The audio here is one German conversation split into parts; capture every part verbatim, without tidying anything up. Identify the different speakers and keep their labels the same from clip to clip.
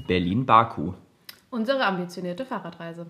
Speaker 1: Berlin-Baku.
Speaker 2: Unsere ambitionierte Fahrradreise.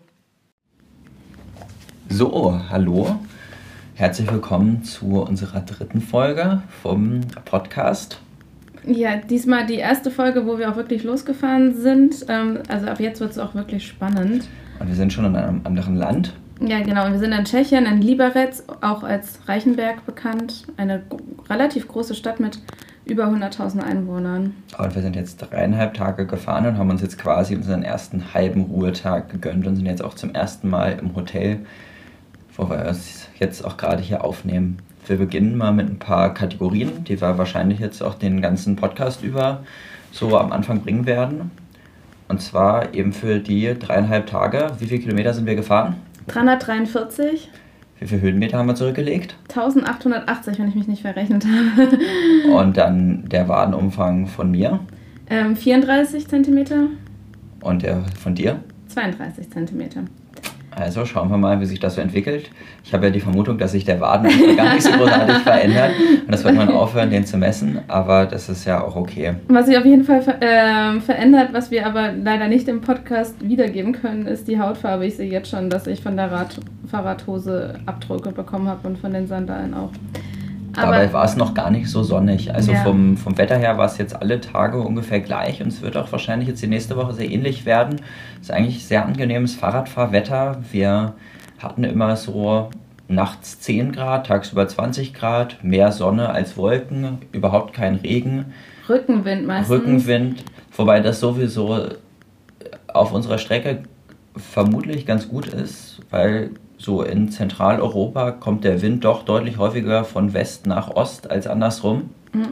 Speaker 1: So, hallo. Herzlich willkommen zu unserer dritten Folge vom Podcast.
Speaker 2: Ja, diesmal die erste Folge, wo wir auch wirklich losgefahren sind. Also ab jetzt wird es auch wirklich spannend.
Speaker 1: Und wir sind schon in einem anderen Land.
Speaker 2: Ja, genau. Und wir sind in Tschechien, in Liberec, auch als Reichenberg bekannt. Eine g- relativ große Stadt mit über hunderttausend Einwohnern.
Speaker 1: Und wir sind jetzt dreieinhalb Tage gefahren und haben uns jetzt quasi unseren ersten halben Ruhetag gegönnt und sind jetzt auch zum ersten Mal im Hotel, wo wir es jetzt auch gerade hier aufnehmen. Wir beginnen mal mit ein paar Kategorien, die wir wahrscheinlich jetzt auch den ganzen Podcast über so am Anfang bringen werden. Und zwar eben für die dreieinhalb Tage. Wie viele Kilometer sind wir gefahren?
Speaker 2: dreihundertdreiundvierzig.
Speaker 1: Wie viele Höhenmeter haben wir zurückgelegt?
Speaker 2: eintausendachthundertachtzig, wenn ich mich nicht verrechnet habe.
Speaker 1: Und dann der Wadenumfang von mir.
Speaker 2: ähm, vierunddreißig Zentimeter.
Speaker 1: Und der von dir?
Speaker 2: zweiunddreißig Zentimeter.
Speaker 1: Also schauen wir mal, wie sich das so entwickelt. Ich habe ja die Vermutung, dass sich der Waden gar nicht so großartig verändert. Und das wird man aufhören, den zu messen. Aber das ist ja auch okay.
Speaker 2: Was sich auf jeden Fall ver- äh, verändert, was wir aber leider nicht im Podcast wiedergeben können, ist die Hautfarbe. Ich sehe jetzt schon, dass ich von der Rad- Fahrradhose Abdrücke bekommen habe und von den Sandalen auch.
Speaker 1: Dabei war es noch gar nicht so sonnig. Also
Speaker 2: Ja.
Speaker 1: vom, vom Wetter her war es jetzt alle Tage ungefähr gleich. Und es wird auch wahrscheinlich jetzt die nächste Woche sehr ähnlich werden. Es ist eigentlich sehr angenehmes Fahrradfahrwetter. Wir hatten immer so nachts zehn Grad, tagsüber zwanzig Grad, mehr Sonne als Wolken, überhaupt kein Regen.
Speaker 2: Rückenwind meistens.
Speaker 1: Rückenwind, wobei das sowieso auf unserer Strecke vermutlich ganz gut ist, weil so in Zentraleuropa kommt der Wind doch deutlich häufiger von West nach Ost als andersrum.
Speaker 2: Mhm.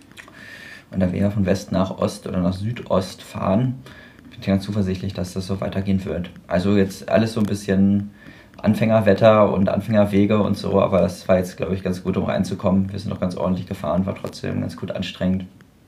Speaker 1: Und da wir ja von West nach Ost oder nach Südost fahren, bin ich ganz zuversichtlich, dass das so weitergehen wird. Also jetzt alles so ein bisschen Anfängerwetter und Anfängerwege und so, aber das war jetzt, glaube ich, ganz gut, um reinzukommen. Wir sind noch ganz ordentlich gefahren, war trotzdem ganz gut anstrengend.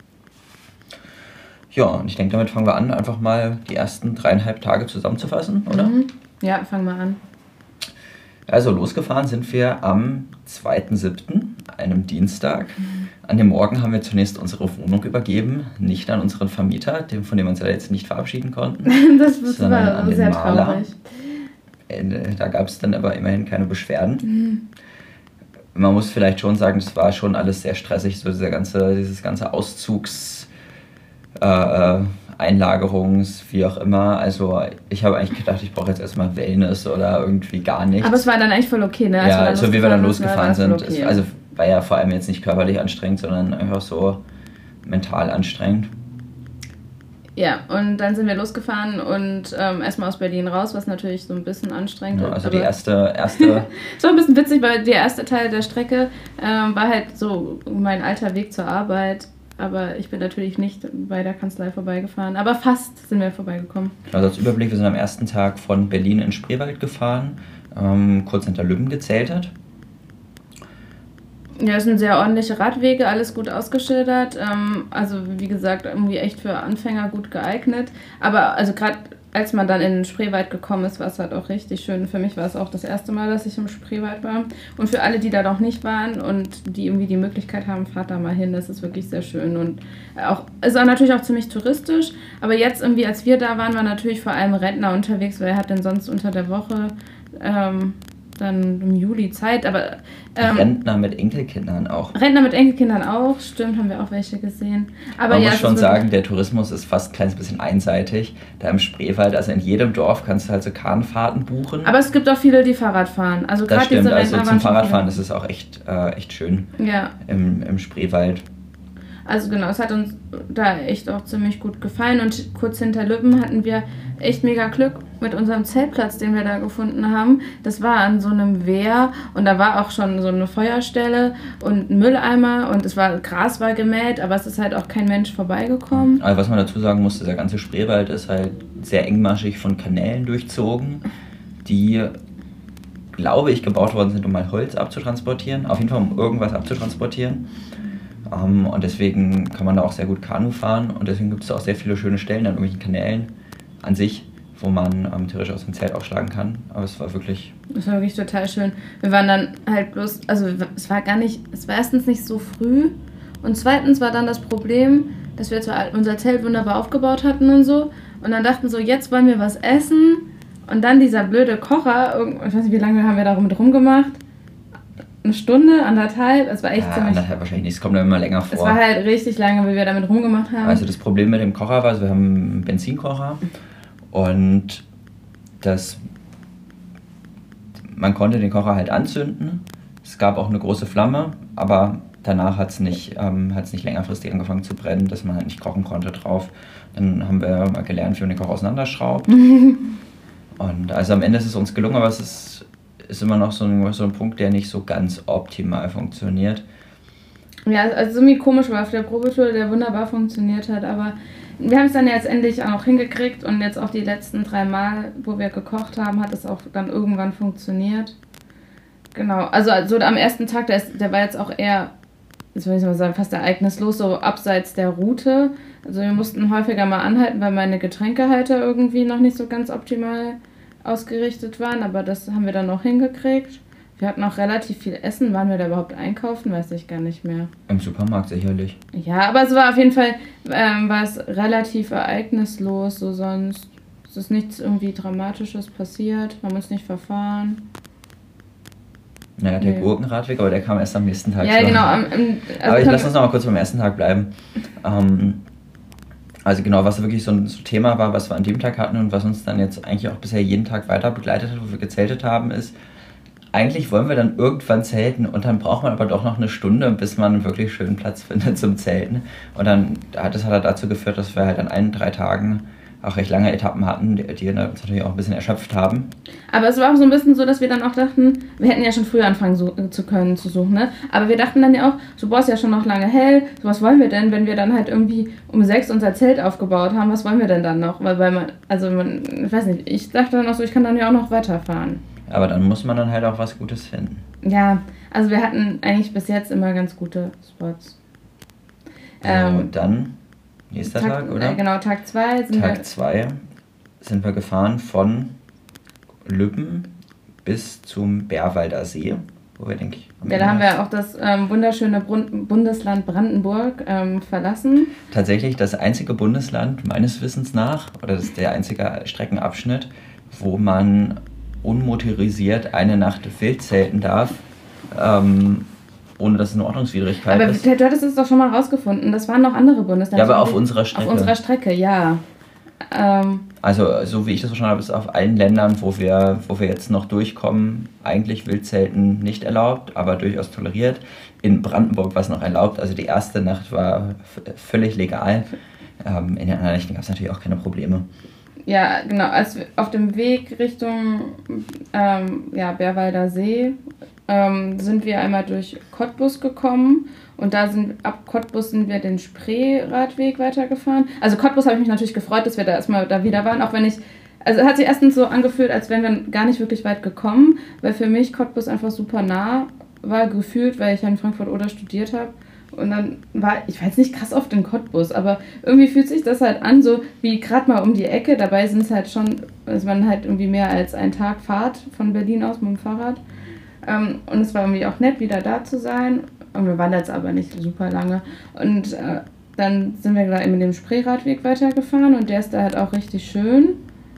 Speaker 1: Ja, und ich denke, damit fangen wir an, einfach mal die ersten dreieinhalb Tage zusammenzufassen, oder?
Speaker 2: Mhm. Ja, fang mal an.
Speaker 1: Also losgefahren sind wir am zweiten siebten, einem Dienstag. An dem Morgen haben wir zunächst unsere Wohnung übergeben, nicht an unseren Vermieter, dem, von dem wir uns ja jetzt nicht verabschieden konnten.
Speaker 2: Das war
Speaker 1: sondern an den
Speaker 2: sehr
Speaker 1: Maler.
Speaker 2: traurig.
Speaker 1: Äh, Da gab es dann aber immerhin keine Beschwerden. Man muss vielleicht schon sagen, es war schon alles sehr stressig, so dieser ganze, dieses ganze Auszugs... Äh, äh, Einlagerungs, wie auch immer. Also ich habe eigentlich gedacht, ich brauche jetzt erstmal Wellness oder irgendwie gar nichts.
Speaker 2: Aber es war dann eigentlich voll okay, ne? Als
Speaker 1: Ja,
Speaker 2: wir
Speaker 1: also wie wir dann
Speaker 2: losgefahren
Speaker 1: losgefahren
Speaker 2: sind, war
Speaker 1: sind.
Speaker 2: es voll
Speaker 1: Es,
Speaker 2: okay.
Speaker 1: also war ja vor allem jetzt nicht körperlich anstrengend, sondern einfach so mental anstrengend.
Speaker 2: Ja, und dann sind wir losgefahren und ähm, erstmal aus Berlin raus, was natürlich so ein bisschen anstrengend
Speaker 1: Ja,
Speaker 2: ist.
Speaker 1: also
Speaker 2: aber
Speaker 1: die erste, erste
Speaker 2: es war ein bisschen witzig, weil der erste Teil der Strecke ähm, war halt so mein alter Weg zur Arbeit. Aber ich bin natürlich nicht bei der Kanzlei vorbeigefahren. Aber fast sind wir vorbeigekommen.
Speaker 1: also als Überblick, wir sind am ersten Tag von Berlin in Spreewald gefahren, ähm, kurz hinter Lübben gezeltet.
Speaker 2: Ja, es sind sehr ordentliche Radwege, alles gut ausgeschildert. Ähm, also wie gesagt, irgendwie echt für Anfänger gut geeignet. Aber also gerade als man dann in den Spreewald gekommen ist, war es halt auch richtig schön. Für mich war es auch das erste Mal, dass ich im Spreewald war. Und für alle, die da noch nicht waren und die irgendwie die Möglichkeit haben, fahrt da mal hin. Das ist wirklich sehr schön. Und auch, es war natürlich auch ziemlich touristisch. Aber jetzt irgendwie, als wir da waren, waren natürlich vor allem Rentner unterwegs. Wer hat denn sonst unter der Woche ähm, dann im Juli Zeit? Aber ähm,
Speaker 1: Rentner mit Enkelkindern auch.
Speaker 2: Rentner mit Enkelkindern auch, stimmt, haben wir auch welche gesehen. Aber
Speaker 1: Man
Speaker 2: ja,
Speaker 1: muss
Speaker 2: es
Speaker 1: schon
Speaker 2: ist
Speaker 1: sagen, der Tourismus ist fast ein kleines bisschen einseitig. Da im Spreewald, also in jedem Dorf kannst du halt so Kahnfahrten buchen.
Speaker 2: aber es gibt auch viele, die Fahrrad fahren. Also
Speaker 1: Das
Speaker 2: gerade
Speaker 1: stimmt,
Speaker 2: diese
Speaker 1: also
Speaker 2: Rentner
Speaker 1: zum
Speaker 2: waren schon
Speaker 1: Fahrradfahren
Speaker 2: viele.
Speaker 1: ist es auch echt, äh, echt schön
Speaker 2: Ja,
Speaker 1: im, im Spreewald.
Speaker 2: also genau, es hat uns da echt auch ziemlich gut gefallen. Und kurz hinter Lübben hatten wir echt mega Glück mit unserem Zeltplatz, den wir da gefunden haben. Das war an so einem Wehr und da war auch schon so eine Feuerstelle und ein Mülleimer und es war, Gras war gemäht, aber es ist halt auch kein Mensch vorbeigekommen.
Speaker 1: Aber was man dazu sagen muss, dieser ganze Spreewald ist halt sehr engmaschig von Kanälen durchzogen, die, glaube ich, gebaut worden sind, um mal Holz abzutransportieren. Auf jeden Fall, um irgendwas abzutransportieren. Um, und deswegen kann man da auch sehr gut Kanu fahren und deswegen gibt es auch sehr viele schöne Stellen an irgendwelchen Kanälen an sich, wo man ähm, theoretisch aus dem Zelt aufschlagen kann. Aber es war wirklich...
Speaker 2: Das war wirklich total schön. Wir waren dann halt bloß, also es war gar nicht, es war erstens nicht so früh und zweitens war dann das Problem, dass wir zwar unser Zelt wunderbar aufgebaut hatten und so. Und dann dachten so, jetzt wollen wir was essen. Und dann dieser blöde Kocher, ich weiß nicht, wie lange haben wir da mit rumgemacht. Eine Stunde, anderthalb, es war echt
Speaker 1: ja,
Speaker 2: ziemlich...
Speaker 1: anderthalb wahrscheinlich nicht, es kommt dann immer länger vor.
Speaker 2: Es war halt richtig lange, wie wir damit rumgemacht haben.
Speaker 1: Also das Problem mit dem Kocher war, also wir haben einen Benzinkocher und das, man konnte den Kocher halt anzünden. Es gab auch eine große Flamme, aber danach hat es nicht, ähm, hat's nicht längerfristig angefangen zu brennen, dass man halt nicht kochen konnte drauf. Dann haben wir mal gelernt, wie man den Kocher auseinanderschraubt. Und also am Ende ist es uns gelungen, aber es ist... ist immer noch so ein, so ein Punkt, der nicht so ganz optimal funktioniert.
Speaker 2: Ja, also irgendwie komisch war auf der Probetour, der wunderbar funktioniert hat, aber wir haben es dann jetzt endlich auch noch hingekriegt und jetzt auch die letzten drei Mal, wo wir gekocht haben, hat es auch dann irgendwann funktioniert. Genau, also, also am ersten Tag, der, ist, der war jetzt auch eher, jetzt würde ich mal sagen, fast ereignislos, so abseits der Route. Also wir mussten häufiger mal anhalten, weil meine Getränkehalter irgendwie noch nicht so ganz optimal ausgerichtet waren, aber das haben wir dann noch hingekriegt. Wir hatten auch relativ viel Essen. Waren wir da überhaupt einkaufen? Weiß ich gar nicht mehr.
Speaker 1: Im Supermarkt sicherlich.
Speaker 2: Ja, aber es war auf jeden Fall ähm, war es relativ ereignislos. So sonst es ist nichts irgendwie Dramatisches passiert. Wir haben uns nicht verfahren.
Speaker 1: Naja, der
Speaker 2: Nee.
Speaker 1: Gurkenradweg, aber der kam erst am nächsten Tag.
Speaker 2: Ja,
Speaker 1: schon.
Speaker 2: genau. am- am- also
Speaker 1: aber ich
Speaker 2: kann-
Speaker 1: lass uns noch mal kurz beim ersten Tag bleiben. Ähm, also genau, was wirklich so ein so Thema war, was wir an dem Tag hatten und was uns dann jetzt eigentlich auch bisher jeden Tag weiter begleitet hat, wo wir gezeltet haben, ist, eigentlich wollen wir dann irgendwann zelten und dann braucht man aber doch noch eine Stunde, bis man einen wirklich schönen Platz findet zum Zelten. Und dann hat das halt dazu geführt, dass wir halt an allen drei Tagen auch recht lange Etappen hatten, die, die uns natürlich auch ein bisschen erschöpft haben.
Speaker 2: Aber es war auch so ein bisschen so, dass wir dann auch dachten, wir hätten ja schon früher anfangen so, zu können zu suchen, ne? Aber wir dachten dann ja auch, so boah, ist ja schon noch lange hell, so was wollen wir denn, wenn wir dann halt irgendwie um sechs unser Zelt aufgebaut haben, was wollen wir denn dann noch? Weil, weil man, also man, ich weiß nicht, ich dachte dann auch so, ich kann dann ja auch noch weiterfahren.
Speaker 1: Aber dann muss man dann halt auch was Gutes finden.
Speaker 2: Ja, also wir hatten eigentlich bis jetzt immer ganz gute Spots.
Speaker 1: Ja,
Speaker 2: Ähm,
Speaker 1: und dann, nächster Tag,
Speaker 2: Tag,
Speaker 1: oder?
Speaker 2: Äh, genau, Tag zwei sind
Speaker 1: Tag zwei sind wir gefahren von Lübben bis zum Bärwalder See, wo wir, denke ich, am
Speaker 2: wir, ja, da
Speaker 1: Ende-
Speaker 2: haben wir auch das ähm, wunderschöne Brun- Bundesland Brandenburg ähm, verlassen.
Speaker 1: tatsächlich das einzige Bundesland meines Wissens nach, oder das ist der einzige Streckenabschnitt, wo man unmotorisiert eine Nacht wild zelten darf, ähm, ohne dass es eine Ordnungswidrigkeit
Speaker 2: Aber
Speaker 1: ist.
Speaker 2: du hattest es doch schon mal rausgefunden, das waren noch andere Bundesländer.
Speaker 1: Ja, aber auf unserer Strecke.
Speaker 2: Auf unserer Strecke, ja. Ähm,
Speaker 1: Also, so wie ich das verstanden habe, ist auf allen Ländern, wo wir, wo wir jetzt noch durchkommen, eigentlich Wildzelten nicht erlaubt, aber durchaus toleriert. In Brandenburg war es noch erlaubt, also die erste Nacht war f- völlig legal. Ähm, in den anderen Nächten gab es natürlich auch keine Probleme.
Speaker 2: ja, genau, als wir auf dem Weg Richtung ähm, ja, Bärwalder See ähm, sind wir einmal durch Cottbus gekommen und da sind ab Cottbus sind wir den Spreeradweg weitergefahren. Also Cottbus habe ich mich natürlich gefreut, dass wir da erstmal da wieder waren, auch wenn ich, also es hat sich erstens so angefühlt, als wären wir gar nicht wirklich weit gekommen, weil für mich Cottbus einfach super nah war, gefühlt, weil ich ja in Frankfurt oder studiert habe. Und dann war, ich war jetzt nicht krass oft in Cottbus, aber irgendwie fühlt sich das halt an, so wie gerade mal um die Ecke. Dabei sind es halt schon, es waren halt irgendwie mehr als ein Tag Fahrt von Berlin aus mit dem Fahrrad. Ähm, und es war irgendwie auch nett, wieder da zu sein. Und wir waren jetzt aber nicht super lange. Und äh, dann sind wir gleich mit dem Spreeradweg weitergefahren und der ist da halt auch richtig schön.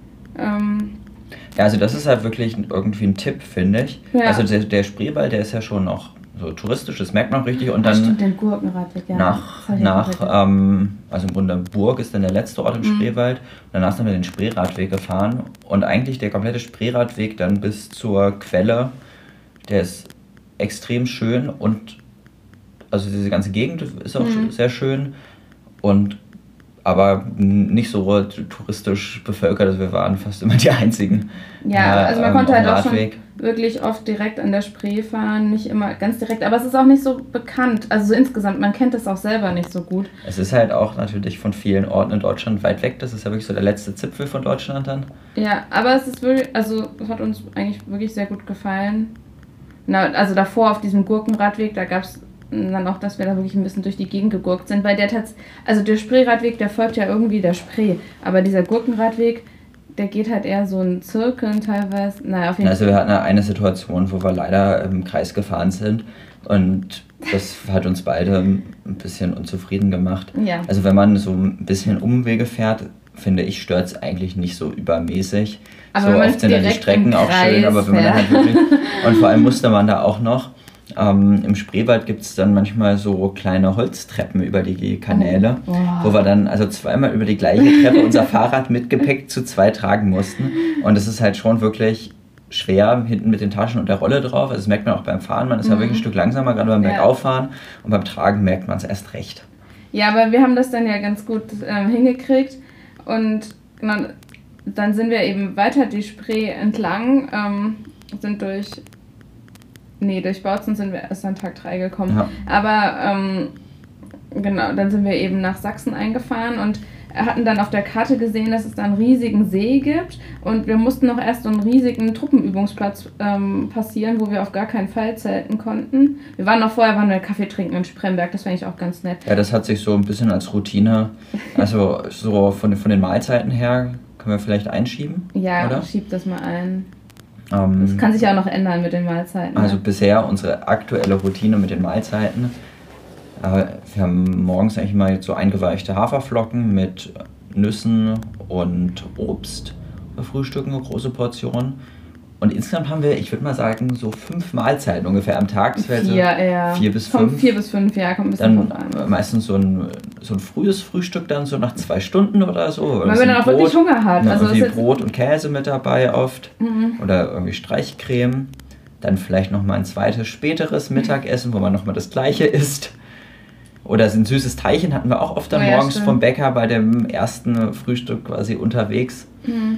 Speaker 2: Ähm,
Speaker 1: Ja, also das ist halt wirklich irgendwie ein Tipp, finde ich.
Speaker 2: Ja.
Speaker 1: Also der, der Spreewald, der ist ja schon noch so touristisch, das merkt man auch richtig. Und
Speaker 2: ach,
Speaker 1: dann
Speaker 2: stimmt, den Gurkenradweg, ja.
Speaker 1: nach,
Speaker 2: Das hab ich
Speaker 1: nach
Speaker 2: vergessen.
Speaker 1: ähm, also im Grunde Burg ist dann der letzte Ort im
Speaker 2: Mhm.
Speaker 1: Spreewald. Und danach sind wir den Spreeradweg gefahren. Und eigentlich der komplette Spreeradweg dann bis zur Quelle, der ist extrem schön. Und also diese ganze Gegend ist auch
Speaker 2: Mhm.
Speaker 1: sehr schön. Und aber nicht so touristisch bevölkert, also wir waren fast immer die einzigen.
Speaker 2: Ja,
Speaker 1: äh,
Speaker 2: also man
Speaker 1: ähm,
Speaker 2: konnte
Speaker 1: auf
Speaker 2: halt
Speaker 1: dem
Speaker 2: auch schon
Speaker 1: Radweg.
Speaker 2: wirklich oft direkt an der Spree fahren, nicht immer ganz direkt, aber es ist auch nicht so bekannt, also so insgesamt, man kennt es auch selber nicht so gut.
Speaker 1: Es ist halt auch natürlich von vielen Orten in Deutschland weit weg. Das ist ja wirklich so der letzte Zipfel von Deutschland dann.
Speaker 2: Ja, aber es ist wirklich, also es hat uns eigentlich wirklich sehr gut gefallen. Na, also davor auf diesem Gurkenradweg, da gab es dann auch, dass wir da wirklich ein bisschen durch die Gegend gegurkt sind, weil der Tats also der Spreeradweg, der folgt ja irgendwie der Spree, aber dieser Gurkenradweg, der geht halt eher so in Zirkeln teilweise. Naja, auf jeden
Speaker 1: Also wir hatten eine Situation, wo wir leider im Kreis gefahren sind und Das hat uns beide ein bisschen unzufrieden gemacht.
Speaker 2: Ja.
Speaker 1: Also wenn man so ein bisschen Umwege fährt, finde ich, stört es eigentlich nicht so übermäßig.
Speaker 2: Aber
Speaker 1: so
Speaker 2: wenn man
Speaker 1: oft sind dann die
Speaker 2: direkt
Speaker 1: Strecken
Speaker 2: im
Speaker 1: auch schön,
Speaker 2: Kreis
Speaker 1: aber wenn man dann halt
Speaker 2: fährt.
Speaker 1: wirklich... Und vor allem musste man da auch noch... Ähm, Im Spreewald gibt es dann manchmal so kleine Holztreppen über die Kanäle,
Speaker 2: Oh.
Speaker 1: wo wir dann also zweimal über die gleiche Treppe unser Fahrrad mit Gepäck zu zwei tragen mussten. Und es ist halt schon wirklich schwer, hinten mit den Taschen und der Rolle drauf. Also das merkt man auch beim Fahren, man ist ja
Speaker 2: Mhm.
Speaker 1: wirklich ein Stück langsamer, gerade beim
Speaker 2: Ja.
Speaker 1: Bergauffahren. Und beim Tragen merkt man es erst recht.
Speaker 2: Ja, aber wir haben das dann ja ganz gut ähm, hingekriegt und genau, dann sind wir eben weiter die Spree entlang, ähm, sind durch, nee, durch Bautzen sind wir erst an Tag drei gekommen,
Speaker 1: Ja.
Speaker 2: aber ähm, genau, dann sind wir eben nach Sachsen eingefahren und hatten dann auf der Karte gesehen, dass es da einen riesigen See gibt und wir mussten noch erst so einen riesigen Truppenübungsplatz ähm, passieren, wo wir auf gar keinen Fall zelten konnten. Wir waren noch vorher, waren wir Kaffee trinken in Spremberg, das fand ich auch ganz nett.
Speaker 1: Ja, das hat sich so ein bisschen als Routine, also so von, von den Mahlzeiten her, können wir vielleicht einschieben,
Speaker 2: Ja,
Speaker 1: oder?
Speaker 2: schieb das mal ein.
Speaker 1: Ähm,
Speaker 2: Das kann sich ja auch noch ändern mit den Mahlzeiten.
Speaker 1: Also
Speaker 2: ne?
Speaker 1: bisher unsere aktuelle Routine mit den Mahlzeiten. Äh, wir haben morgens eigentlich mal jetzt so eingeweichte Haferflocken mit Nüssen und Obst frühstücken, eine große Portion. Und insgesamt haben wir, ich würde mal sagen, so fünf Mahlzeiten ungefähr am Tag. Das wäre
Speaker 2: Vier, eher.
Speaker 1: so vier bis
Speaker 2: Von
Speaker 1: fünf.
Speaker 2: vier bis fünf, ja, kommt ein bisschen
Speaker 1: Dann
Speaker 2: drauf an.
Speaker 1: meistens so ein, so ein frühes Frühstück dann so nach zwei Stunden oder so.
Speaker 2: Weil man dann auch wirklich Hunger hat.
Speaker 1: Ja,
Speaker 2: Also das
Speaker 1: irgendwie
Speaker 2: ist jetzt,
Speaker 1: Brot und Käse mit dabei oft.
Speaker 2: Mhm.
Speaker 1: Oder irgendwie Streichcreme. Dann vielleicht nochmal ein zweites, späteres Mittagessen, wo man nochmal das gleiche isst. Oder so ein süßes Teilchen hatten wir auch oft dann
Speaker 2: Oh ja,
Speaker 1: morgens
Speaker 2: stimmt.
Speaker 1: vom Bäcker bei dem ersten Frühstück quasi unterwegs.
Speaker 2: Mhm.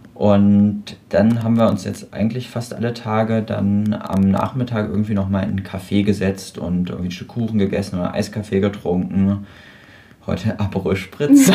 Speaker 1: Und dann haben wir uns jetzt eigentlich fast alle Tage dann am Nachmittag irgendwie nochmal in einen Café gesetzt und irgendwie ein Stück Kuchen gegessen oder Eiskaffee getrunken. Heute Aperol Spritz.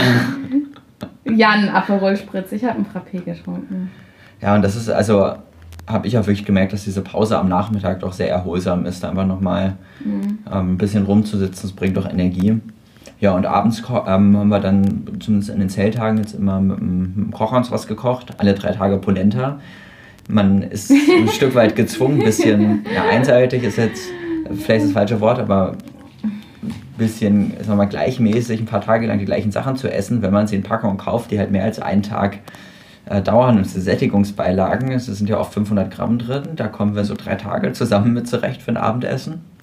Speaker 2: Jan Aperol Spritz, ich habe einen Frappé getrunken.
Speaker 1: Ja, und das ist also, habe ich auch wirklich gemerkt, dass diese Pause am Nachmittag doch sehr erholsam ist, da einfach nochmal
Speaker 2: Mhm.
Speaker 1: ähm, ein bisschen rumzusitzen, das bringt doch Energie. Ja, und abends ko- ähm, haben wir dann, zumindest in den Zelttagen, jetzt immer mit dem, mit dem Kochhaus was gekocht, alle drei Tage Polenta. Man ist ein Stück weit gezwungen, ein bisschen, ja, einseitig ist jetzt vielleicht das falsche Wort, aber ein bisschen, sagen wir mal, gleichmäßig ein paar Tage lang die gleichen Sachen zu essen, wenn man sie in Packungen kauft, die halt mehr als einen Tag äh, dauern. Und diese Sättigungsbeilagen, es sind ja oft fünfhundert Gramm drin, da kommen wir so drei Tage zusammen mit zurecht für ein Abendessen.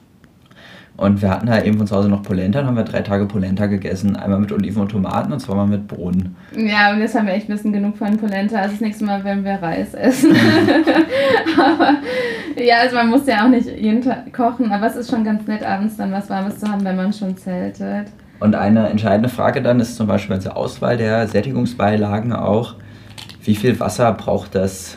Speaker 1: Und wir hatten halt eben von zu Hause noch Polenta, dann haben wir drei Tage Polenta gegessen, einmal mit Oliven und Tomaten und zweimal mit Bohnen.
Speaker 2: Ja, und jetzt haben wir echt ein bisschen genug von Polenta. Also das nächste Mal werden wir Reis essen. Aber ja, also man muss ja auch nicht jeden Tag kochen, aber es ist schon ganz nett, abends dann was Warmes zu haben, wenn man schon zeltet.
Speaker 1: Und eine entscheidende Frage dann ist zum Beispiel bei der Auswahl der Sättigungsbeilagen auch, wie viel Wasser braucht das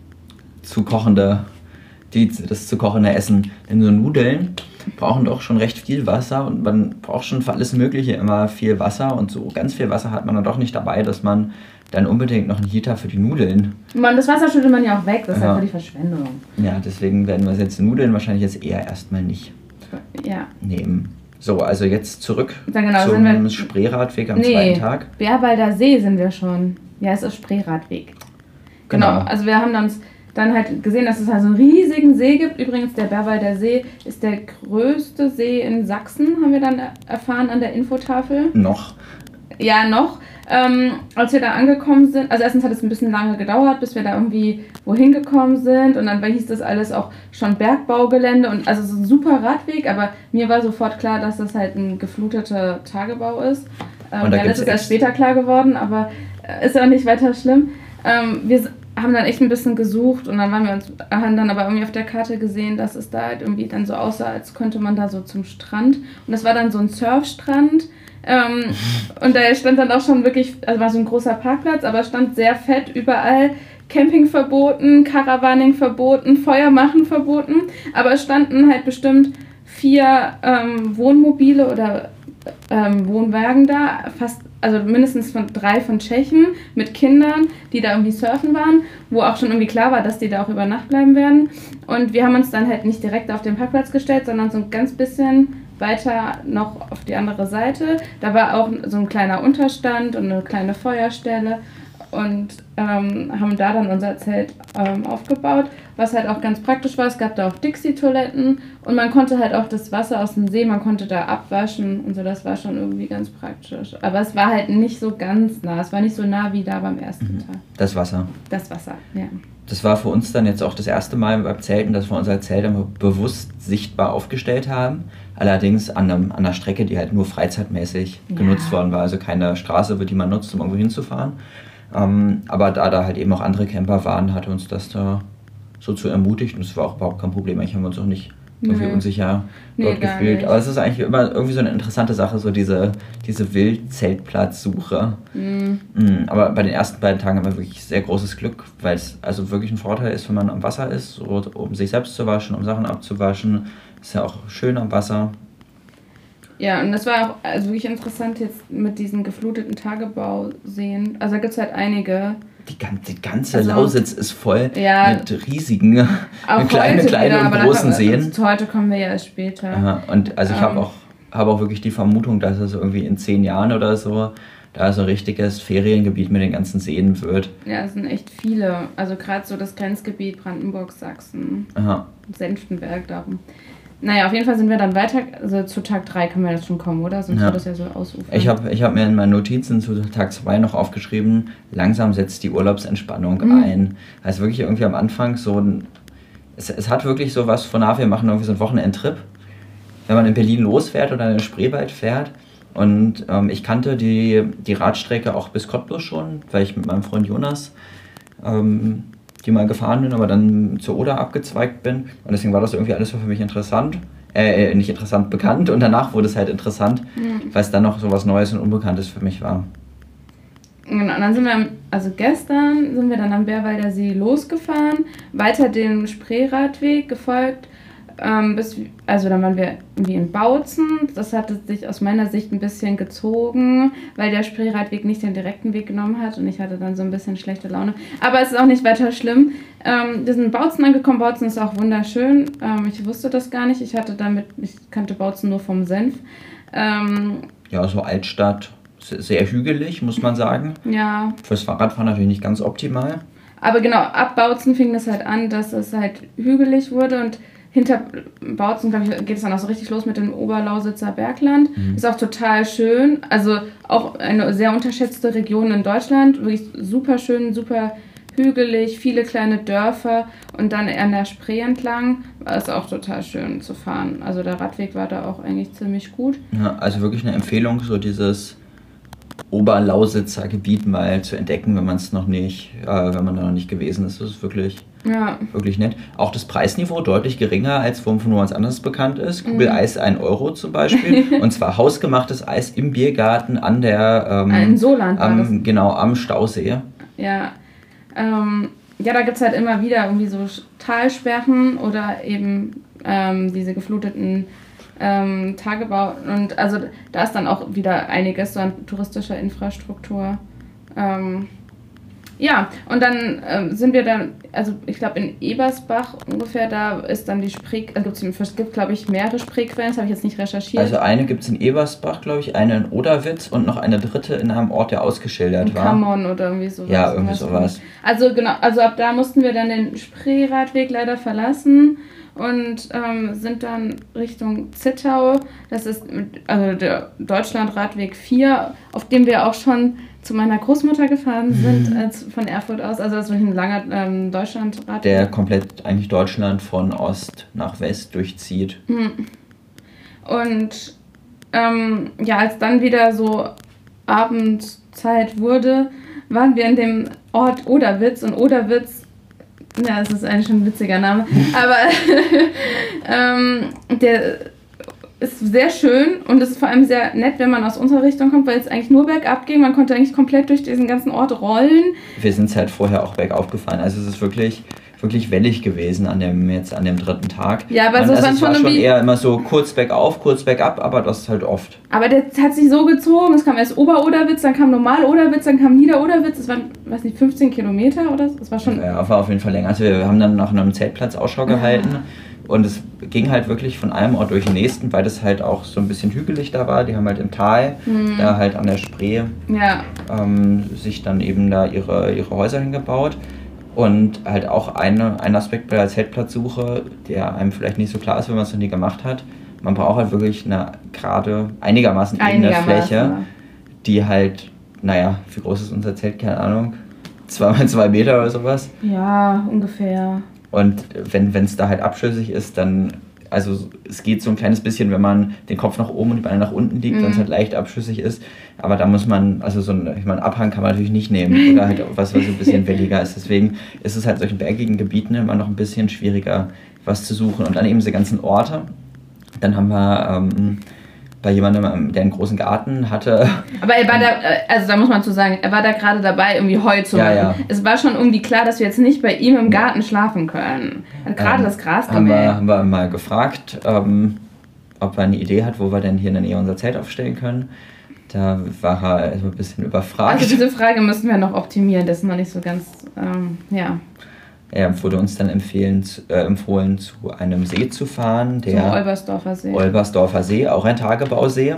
Speaker 1: zu kochende, die, das zu kochende Essen? Denn so Nudeln brauchen doch schon recht viel Wasser und man braucht schon für alles Mögliche immer viel Wasser und so ganz viel Wasser hat man dann doch nicht dabei, dass man dann unbedingt noch einen Heater für die Nudeln.
Speaker 2: Man, das Wasser schüttet man ja auch weg, das ist
Speaker 1: Ja.
Speaker 2: halt für die Verschwendung.
Speaker 1: Ja, deswegen werden wir jetzt Nudeln wahrscheinlich jetzt eher erstmal nicht
Speaker 2: Ja.
Speaker 1: nehmen. So, also jetzt zurück
Speaker 2: Dann genau,
Speaker 1: zum
Speaker 2: sind wir-
Speaker 1: Spreeradweg am
Speaker 2: Nee,
Speaker 1: zweiten Tag.
Speaker 2: Bärwalder See sind wir schon. Ja, es ist Spreeradweg. Genau.
Speaker 1: Genau.
Speaker 2: Also wir haben uns dann halt gesehen, dass es halt so einen riesigen See gibt. Übrigens, der Bärwalder See ist der größte See in Sachsen, haben wir dann erfahren an der Infotafel.
Speaker 1: Noch.
Speaker 2: Ja, noch. Ähm, als wir da angekommen sind, also erstens hat es ein bisschen lange gedauert, bis wir da irgendwie wohin gekommen sind und dann hieß das alles auch schon Bergbaugelände und also so ein super Radweg, aber mir war sofort klar, dass das halt ein gefluteter Tagebau ist. Ähm,
Speaker 1: Und da
Speaker 2: ja, das
Speaker 1: gibt's
Speaker 2: ist erst
Speaker 1: ex-
Speaker 2: später klar geworden, aber äh, ist ja auch nicht weiter schlimm. Ähm, wir s- haben dann echt ein bisschen gesucht und dann waren wir uns, haben dann aber irgendwie auf der Karte gesehen, dass es da halt irgendwie dann so aussah, als könnte man da so zum Strand. Und das war dann so ein Surfstrand. Ähm, und da stand dann auch schon wirklich, also war so ein großer Parkplatz, aber stand sehr fett überall Camping verboten, Caravaning verboten, Feuer machen verboten. Aber es standen halt bestimmt vier ähm, Wohnmobile oder ähm, Wohnwagen da, fast, also mindestens von drei von Tschechen mit Kindern, die da irgendwie surfen waren, wo auch schon irgendwie klar war, dass die da auch über Nacht bleiben werden. Und wir haben uns dann halt nicht direkt auf den Parkplatz gestellt, sondern so ein ganz bisschen weiter noch auf die andere Seite. Da war auch so ein kleiner Unterstand und eine kleine Feuerstelle. und ähm, haben da dann unser Zelt ähm, aufgebaut, was halt auch ganz praktisch war. Es gab da auch Dixie-Toiletten und man konnte halt auch das Wasser aus dem See, man konnte da abwaschen und so, das war schon irgendwie ganz praktisch. Aber es war halt nicht so ganz nah, es war nicht so nah wie da beim ersten
Speaker 1: Mhm.
Speaker 2: Tag.
Speaker 1: Das Wasser.
Speaker 2: Das Wasser, ja.
Speaker 1: Das war für uns dann jetzt auch das erste Mal beim Zelten, dass wir unser Zelt dann bewusst sichtbar aufgestellt haben. Allerdings an, einem, an einer Strecke, die halt nur freizeitmäßig
Speaker 2: Ja.
Speaker 1: genutzt worden war. Also keine Straße, die man nutzt, um irgendwo hinzufahren. Ähm, aber da da halt eben auch andere Camper waren, hat uns das da so zu ermutigt. Und es war auch überhaupt kein Problem. Eigentlich haben wir uns auch nicht irgendwie
Speaker 2: Nö.
Speaker 1: unsicher
Speaker 2: Nee,
Speaker 1: dort
Speaker 2: gar
Speaker 1: gefühlt.
Speaker 2: nicht.
Speaker 1: Aber es ist eigentlich immer irgendwie so eine interessante Sache, so diese, diese Wild-Zeltplatzsuche.
Speaker 2: Mhm.
Speaker 1: Mm, Aber bei den ersten beiden Tagen haben wir wirklich sehr großes Glück, weil es also wirklich ein Vorteil ist, wenn man am Wasser ist, so, um sich selbst zu waschen, um Sachen abzuwaschen. Ist ja auch schön am Wasser.
Speaker 2: Ja, und das war auch also wirklich interessant jetzt mit diesen gefluteten Tagebauseen. Also da gibt es halt einige.
Speaker 1: Die ganze, die ganze
Speaker 2: Also-
Speaker 1: Lausitz ist voll
Speaker 2: Ja.
Speaker 1: mit riesigen,
Speaker 2: Auch
Speaker 1: kleine,
Speaker 2: heute
Speaker 1: kleine
Speaker 2: wieder,
Speaker 1: und
Speaker 2: aber da
Speaker 1: großen
Speaker 2: kommen-
Speaker 1: Seen.
Speaker 2: Zu heute kommen wir ja erst später.
Speaker 1: Ja, und also ich
Speaker 2: Ähm.
Speaker 1: habe auch, hab auch wirklich die Vermutung, dass es irgendwie in zehn Jahren oder so da so ein richtiges Feriengebiet mit den ganzen Seen wird.
Speaker 2: Ja, es sind echt viele. Also gerade so das Grenzgebiet Brandenburg, Sachsen,
Speaker 1: Aha.
Speaker 2: Senftenberg, darum. Naja, auf jeden Fall sind wir dann weiter, also zu Tag drei kann man jetzt schon kommen, oder? Sonst
Speaker 1: Ja.
Speaker 2: wird das ja so ausufern.
Speaker 1: Ich habe ich hab mir in meinen Notizen zu Tag zwei noch aufgeschrieben, langsam setzt die Urlaubsentspannung
Speaker 2: Mhm.
Speaker 1: ein. Also wirklich irgendwie am Anfang so ein, es, es hat wirklich so was von, ah, wir machen irgendwie so einen Wochenendtrip. Wenn man in Berlin losfährt oder in den Spreewald fährt. Und ähm, ich kannte die, die Radstrecke auch bis Cottbus schon, weil ich mit meinem Freund Jonas ähm, die mal gefahren bin, aber dann zur Oder abgezweigt bin. Und deswegen war das irgendwie alles so für mich interessant. Äh, nicht interessant, bekannt. Und danach wurde es halt interessant,
Speaker 2: Mhm.
Speaker 1: weil es dann noch so was Neues und Unbekanntes für mich war.
Speaker 2: Genau, und dann sind wir, am- also gestern sind wir dann am Bärwalder See losgefahren, weiter dem Spreeradweg gefolgt, ähm, bis, also dann waren wir irgendwie in Bautzen. Das hatte sich aus meiner Sicht ein bisschen gezogen, weil der Spreeradweg nicht den direkten Weg genommen hat und ich hatte dann so ein bisschen schlechte Laune. Aber es ist auch nicht weiter schlimm. Ähm, wir sind in Bautzen angekommen. Bautzen ist auch wunderschön. Ähm, ich wusste das gar nicht. Ich hatte damit, ich kannte Bautzen nur vom Senf. Ähm,
Speaker 1: Ja, so Altstadt, se- sehr hügelig, muss man sagen.
Speaker 2: ja,
Speaker 1: Fürs Fahrradfahren natürlich nicht ganz optimal.
Speaker 2: aber genau, ab Bautzen fing das halt an, dass es halt hügelig wurde und hinter Bautzen, glaube ich, geht es dann auch so richtig los mit dem Oberlausitzer Bergland. Ist auch total schön. Also auch eine sehr unterschätzte Region in Deutschland. Wirklich super schön, super hügelig, viele kleine Dörfer und dann an der Spree entlang war es auch total schön zu fahren. Also der Radweg war da auch eigentlich ziemlich gut.
Speaker 1: Ja, also wirklich eine Empfehlung, so dieses Oberlausitzer Gebiet mal zu entdecken, wenn man es noch nicht, äh, wenn man da noch nicht gewesen ist. Das ist wirklich,
Speaker 2: Ja,
Speaker 1: wirklich nett. Auch das Preisniveau deutlich geringer, als von wo uns anders bekannt ist.
Speaker 2: Mhm.
Speaker 1: Kugel-Eis ein Euro zum Beispiel. Und zwar hausgemachtes Eis im Biergarten an der, ähm,
Speaker 2: in Soland war das.
Speaker 1: am, genau, am Stausee.
Speaker 2: Ja, ähm, ja, da gibt es halt immer wieder irgendwie so Talsperren oder eben ähm, diese gefluteten ähm, Tagebau. Und also da ist dann auch wieder einiges so an touristischer Infrastruktur. Ähm, ja, und dann ähm, sind wir dann, also ich glaube in Ebersbach ungefähr, da ist dann die Spree, also es gibt glaube ich mehrere Spreequellen, das habe ich jetzt nicht recherchiert.
Speaker 1: Also eine gibt es in Ebersbach, glaube ich, eine in Oderwitz und noch eine dritte in einem Ort, der ausgeschildert
Speaker 2: in
Speaker 1: war.
Speaker 2: Kammern oder irgendwie sowas.
Speaker 1: Ja, irgendwie sowas.
Speaker 2: Also genau, also ab da mussten wir dann den Spreeradweg leider verlassen und ähm, sind dann Richtung Zittau. Das ist mit- also der Deutschlandradweg vier, auf dem wir auch schon zu meiner Großmutter gefahren sind, als von Erfurt aus. Also das ist wirklich ein langer ähm, Deutschlandradweg.
Speaker 1: Der komplett eigentlich Deutschland von Ost nach West durchzieht.
Speaker 2: Und ähm, ja, als dann wieder so Abendzeit wurde, waren wir in dem Ort Oderwitz. Und Oderwitz, ja, es ist eigentlich schon ein witziger Name, aber ähm, der ist sehr schön und es ist vor allem sehr nett, wenn man aus unserer Richtung kommt, weil es eigentlich nur bergab ging. Man konnte eigentlich komplett durch diesen ganzen Ort rollen.
Speaker 1: Wir sind halt vorher auch bergauf gefahren. Also es ist wirklich, wirklich wellig gewesen an dem, jetzt an dem dritten Tag.
Speaker 2: Ja, aber
Speaker 1: Man,
Speaker 2: so
Speaker 1: also
Speaker 2: waren
Speaker 1: es war
Speaker 2: schon
Speaker 1: schon
Speaker 2: irgendwie-
Speaker 1: eher immer so kurz bergauf, kurz bergab, aber das ist halt oft.
Speaker 2: Aber der hat sich so gezogen, es kam erst Ober-Oderwitz, dann kam Normal-Oderwitz, dann kam Nieder-Oderwitz. Es waren, weiß nicht, fünfzehn Kilometer oder so. Es war schon...
Speaker 1: Ja, war auf jeden Fall länger. Also wir haben dann nach einem Zeltplatz Ausschau gehalten Und es ging halt wirklich von einem Ort durch den nächsten, weil das halt auch so ein bisschen hügelig da war. Die haben halt im Tal, mhm. da halt an der Spree,
Speaker 2: ja.
Speaker 1: ähm, sich dann eben da ihre, ihre Häuser hingebaut. Und halt auch eine, ein Aspekt bei der Zeltplatzsuche, der einem vielleicht nicht so klar ist, wenn man es noch nie gemacht hat. Man braucht halt wirklich eine gerade einigermaßen ebene Fläche, die halt, naja, wie groß ist unser Zelt? Keine Ahnung. Zwei mal zwei Meter oder sowas.
Speaker 2: Ja, ungefähr.
Speaker 1: Und wenn es da halt abschüssig ist, dann, also es geht so ein kleines bisschen, wenn man den Kopf nach oben und die Beine nach unten liegt, mhm. wenn es halt leicht abschüssig ist. Aber da muss man, also so ein, ich meine, Abhang kann man natürlich nicht nehmen oder halt was, was so ein bisschen welliger ist. Deswegen ist es halt solchen bergigen Gebieten immer noch ein bisschen schwieriger, was zu suchen. Und dann eben diese ganzen Orte. Dann haben wir ähm, bei jemandem, der einen großen Garten hatte.
Speaker 2: Aber er war da, also da muss man zu sagen, er war da gerade dabei, irgendwie Heu zu machen. Ja, ja. Es war schon irgendwie klar, dass wir jetzt nicht bei ihm im Garten schlafen können. Er hat gerade ähm, das Gras
Speaker 1: haben wir, haben wir mal gefragt, ähm, ob er eine Idee hat, wo wir denn hier in der Nähe unser Zelt aufstellen können. Da war er also ein bisschen überfragt.
Speaker 2: Also diese Frage müssen wir noch optimieren, das ist noch nicht so ganz, ähm, ja.
Speaker 1: Er wurde uns dann empfehlen, äh, empfohlen, zu einem See zu fahren. Der
Speaker 2: Zum Olbersdorfer See.
Speaker 1: Olbersdorfer See, auch ein Tagebausee.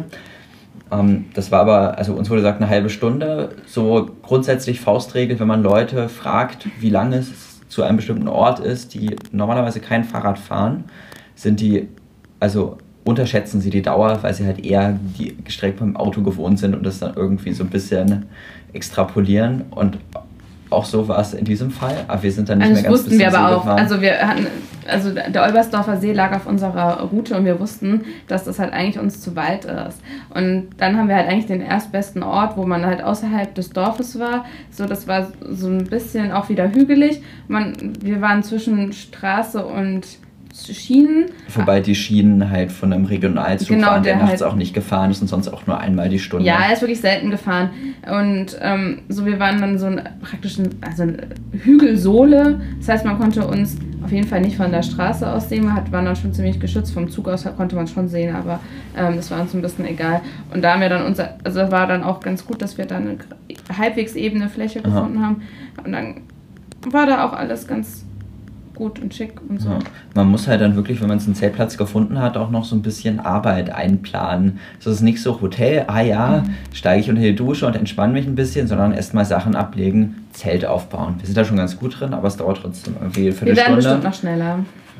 Speaker 1: Ähm, das war aber, also uns wurde gesagt, eine halbe Stunde. So grundsätzlich Faustregel, wenn man Leute fragt, wie lange es zu einem bestimmten Ort ist, die normalerweise kein Fahrrad fahren, sind die, also unterschätzen sie die Dauer, weil sie halt eher die Strecke beim Auto gewohnt sind und das dann irgendwie so ein bisschen extrapolieren. Und auch so war es in diesem Fall, aber wir sind dann nicht
Speaker 2: also
Speaker 1: mehr ganz
Speaker 2: bis zum See gefahren. Das wussten wir aber auch.
Speaker 1: Gefahren.
Speaker 2: Also wir hatten, also der Olbersdorfer See lag auf unserer Route und wir wussten, dass das halt eigentlich uns zu weit ist. Und dann haben wir halt eigentlich den erstbesten Ort, wo man halt außerhalb des Dorfes war. So, das war so ein bisschen auch wieder hügelig. Man, wir waren zwischen Straße und Schienen.
Speaker 1: Wobei die Schienen halt von einem Regionalzug
Speaker 2: genau,
Speaker 1: waren, der, der nachts
Speaker 2: halt
Speaker 1: auch nicht gefahren ist und sonst auch nur einmal die Stunde.
Speaker 2: Ja, er ist wirklich selten gefahren. Und ähm, so, wir waren dann so ein, praktisch ein, also eine Hügelsohle. Das heißt, man konnte uns auf jeden Fall nicht von der Straße aus sehen. Wir waren dann schon ziemlich geschützt. Vom Zug aus konnte man schon sehen, aber ähm, das war uns ein bisschen egal. Und da haben wir dann unser, also das war dann auch ganz gut, dass wir da eine halbwegs ebene Fläche gefunden Aha. haben. Und dann war da auch alles ganz gut und schick und so. Ja.
Speaker 1: Man muss halt dann wirklich, wenn man einen Zeltplatz gefunden hat, auch noch so ein bisschen Arbeit einplanen. Es ist nicht so Hotel, ah ja, mhm. steige ich unter die Dusche und entspanne mich ein bisschen, sondern erstmal Sachen ablegen, Zelt aufbauen. Wir sind da schon ganz gut drin, aber es dauert trotzdem irgendwie für eine Stunde. Wir werden
Speaker 2: bestimmt noch schneller.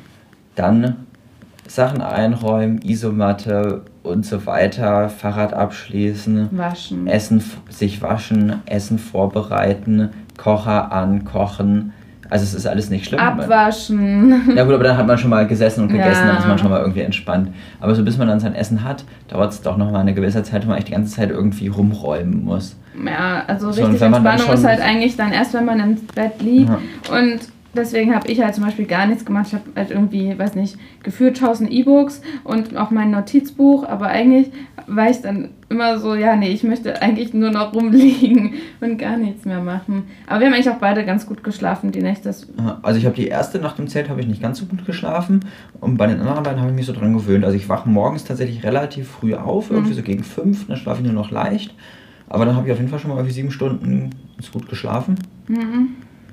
Speaker 1: Dann Sachen einräumen, Isomatte und so weiter, Fahrrad abschließen,
Speaker 2: waschen.
Speaker 1: Essen, sich waschen, Essen vorbereiten, Kocher ankochen. Also es ist alles nicht schlimm.
Speaker 2: Abwaschen.
Speaker 1: Ja gut, aber dann hat man schon mal gesessen und gegessen,
Speaker 2: ja.
Speaker 1: dann ist man schon mal irgendwie entspannt. Aber so bis man dann sein Essen hat, dauert es doch noch mal eine gewisse Zeit, wo man echt die ganze Zeit irgendwie rumräumen muss.
Speaker 2: Ja, also so, richtig Entspannung ist halt eigentlich dann erst, wenn man im Bett liegt. Ja. Und deswegen habe ich halt zum Beispiel gar nichts gemacht. Ich habe halt irgendwie, weiß nicht, gefühlt tausend E-Books und auch mein Notizbuch, aber eigentlich war ich dann immer so, ja, nee, ich möchte eigentlich nur noch rumliegen und gar nichts mehr machen. Aber wir haben eigentlich auch beide ganz gut geschlafen, die Nächte.
Speaker 1: Also ich habe die erste Nacht im Zelt habe ich nicht ganz so gut geschlafen und bei den anderen beiden habe ich mich so dran gewöhnt. Also ich wache morgens tatsächlich relativ früh auf, mhm. irgendwie so gegen fünf, dann schlafe ich nur noch leicht. Aber dann habe ich auf jeden Fall schon mal irgendwie sieben Stunden gut geschlafen.
Speaker 2: Mhm.